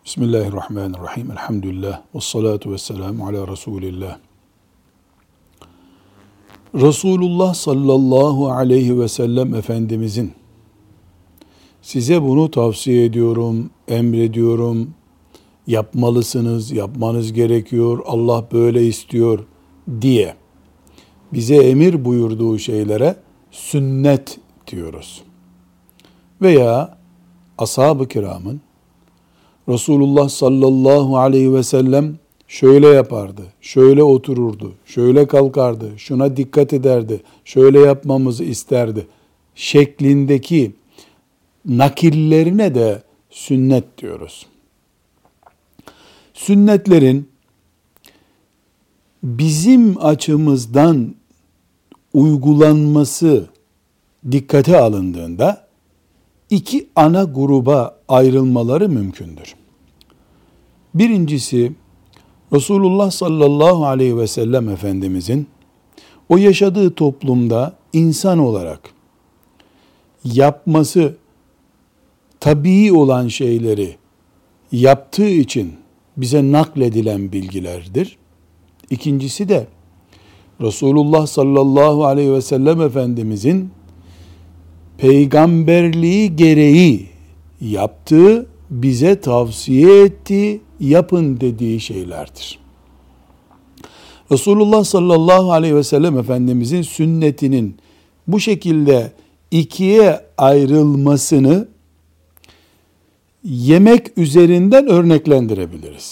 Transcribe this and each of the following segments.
Bismillahirrahmanirrahim. Elhamdülillah. Vessalatu vesselamu ala Resulillah. Resulullah sallallahu aleyhi ve sellem Efendimizin size bunu tavsiye ediyorum, emrediyorum, yapmalısınız, yapmanız gerekiyor, Allah böyle istiyor diye bize emir buyurduğu şeylere sünnet diyoruz. Veya ashab-ı kiramın Resulullah sallallahu aleyhi ve sellem şöyle yapardı, şöyle otururdu, şöyle kalkardı, şuna dikkat ederdi, şöyle yapmamızı isterdi şeklindeki nakillerine de sünnet diyoruz. Sünnetlerin bizim açımızdan uygulanması dikkate alındığında iki ana gruba ayrılmaları mümkündür. Birincisi, Resulullah sallallahu aleyhi ve sellem Efendimizin o yaşadığı toplumda insan olarak yapması tabii olan şeyleri yaptığı için bize nakledilen bilgilerdir. İkincisi de Resulullah sallallahu aleyhi ve sellem Efendimizin peygamberliği gereği yaptığı, bize tavsiye ettiği, yapın dediği şeylerdir. Resulullah sallallahu aleyhi ve sellem Efendimizin sünnetinin bu şekilde ikiye ayrılmasını yemek üzerinden örneklendirebiliriz.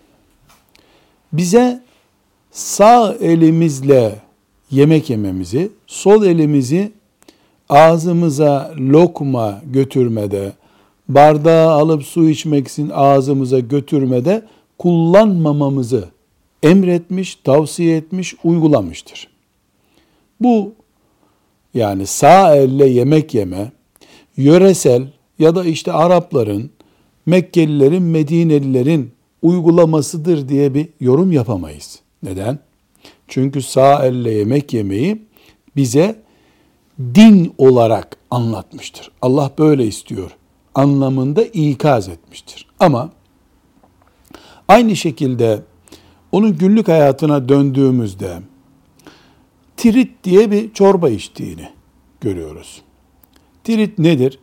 Bize sağ elimizle yemek yememizi, sol elimizi ağzımıza lokma götürmede, bardağı alıp su içmek için ağzımıza götürmede kullanmamamızı emretmiş, tavsiye etmiş, uygulamıştır. Bu yani sağ elle yemek yeme, yöresel ya da işte Arapların, Mekkelilerin, Medinelilerin uygulamasıdır diye bir yorum yapamayız. Neden? Çünkü sağ elle yemek yemeyi bize din olarak anlatmıştır. Allah böyle istiyor anlamında ikaz etmiştir. Ama aynı şekilde onun günlük hayatına döndüğümüzde tirit diye bir çorba içtiğini görüyoruz. Tirit nedir?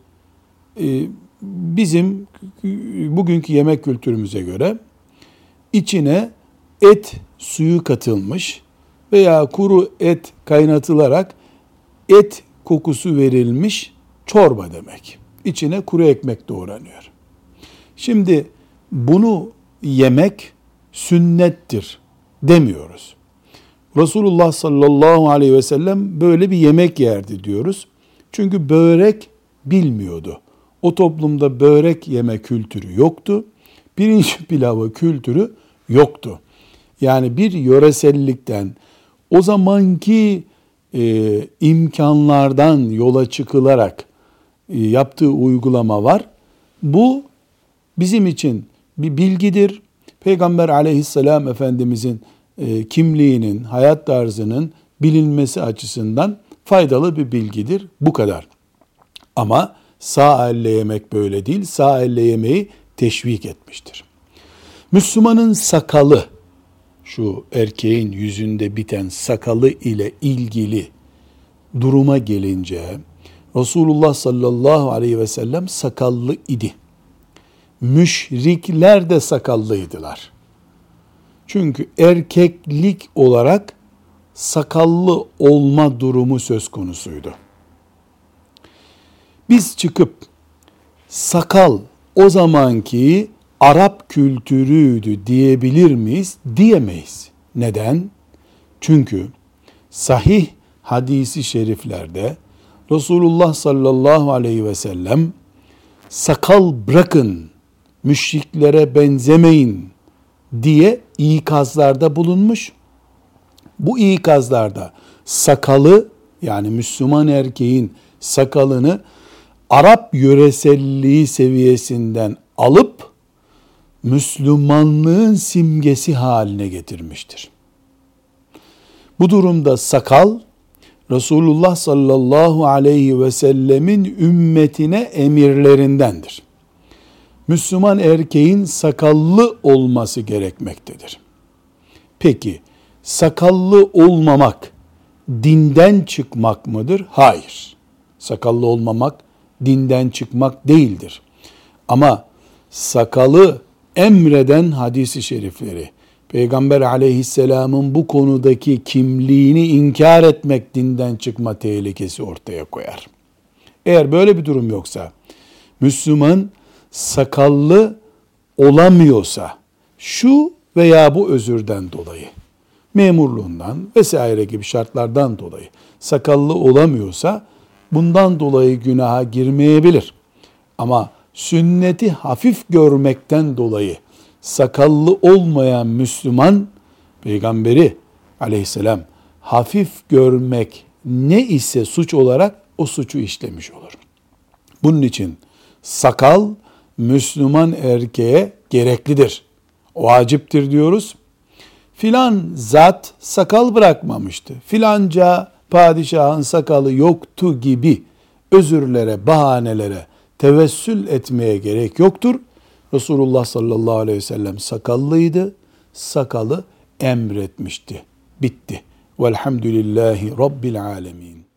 Bizim bugünkü yemek kültürümüze göre içine et suyu katılmış veya kuru et kaynatılarak et kokusu verilmiş çorba demek. İçine kuru ekmek doğranıyor. Şimdi bunu yemek sünnettir demiyoruz. Resulullah sallallahu aleyhi ve sellem böyle bir yemek yerdi diyoruz. Çünkü börek bilmiyordu. O toplumda börek yeme kültürü yoktu. Pirinç pilavı kültürü yoktu. Yani bir yöresellikten o zamanki imkanlardan yola çıkılarak yaptığı uygulama var. Bu bizim için bir bilgidir. Peygamber aleyhisselam Efendimizin kimliğinin, hayat tarzının bilinmesi açısından faydalı bir bilgidir. Bu kadar. Ama sağ elle yemek böyle değil. Sağ elle yemeği teşvik etmiştir. Müslümanın sakalı, şu erkeğin yüzünde biten sakalı ile ilgili duruma gelince Resulullah sallallahu aleyhi ve sellem sakallı idi. Müşrikler de sakallıydılar. Çünkü erkeklik olarak sakallı olma durumu söz konusuydu. Biz çıkıp sakal o zamanki Arap kültürüydü diyebilir miyiz? Diyemeyiz. Neden? Çünkü sahih hadisi şeriflerde Resulullah sallallahu aleyhi ve sellem sakal bırakın, müşriklere benzemeyin diye ikazlarda bulunmuş. Bu ikazlarda sakalı yani Müslüman erkeğin sakalını Arap yöreselliği seviyesinden alıp Müslümanlığın simgesi haline getirmiştir. Bu durumda sakal Resulullah sallallahu aleyhi ve sellemin ümmetine emirlerindendir. Müslüman erkeğin sakallı olması gerekmektedir. Peki, sakallı olmamak dinden çıkmak mıdır? Hayır. Sakallı olmamak dinden çıkmak değildir. Ama sakalı emreden hadis-i şerifleri, Peygamber aleyhisselamın bu konudaki kimliğini inkar etmek dinden çıkma tehlikesi ortaya koyar. Eğer böyle bir durum yoksa, Müslüman sakallı olamıyorsa, şu veya bu özürden dolayı, memurluğundan vesaire gibi şartlardan dolayı sakallı olamıyorsa, bundan dolayı günaha girmeyebilir. Ama sünneti hafif görmekten dolayı sakallı olmayan Müslüman, Peygamberi aleyhisselam hafif görmek ne ise suç olarak o suçu işlemiş olur. Bunun için sakal Müslüman erkeğe gereklidir. Vaciptir diyoruz. Filan zat sakal bırakmamıştı. Filanca padişahın sakalı yoktu gibi özürlere, bahanelere tevessül etmeye gerek yoktur. Resulullah sallallahu aleyhi ve sellem sakallıydı. Sakalı emretmişti. Bitti. Velhamdülillahi Rabbil alemin.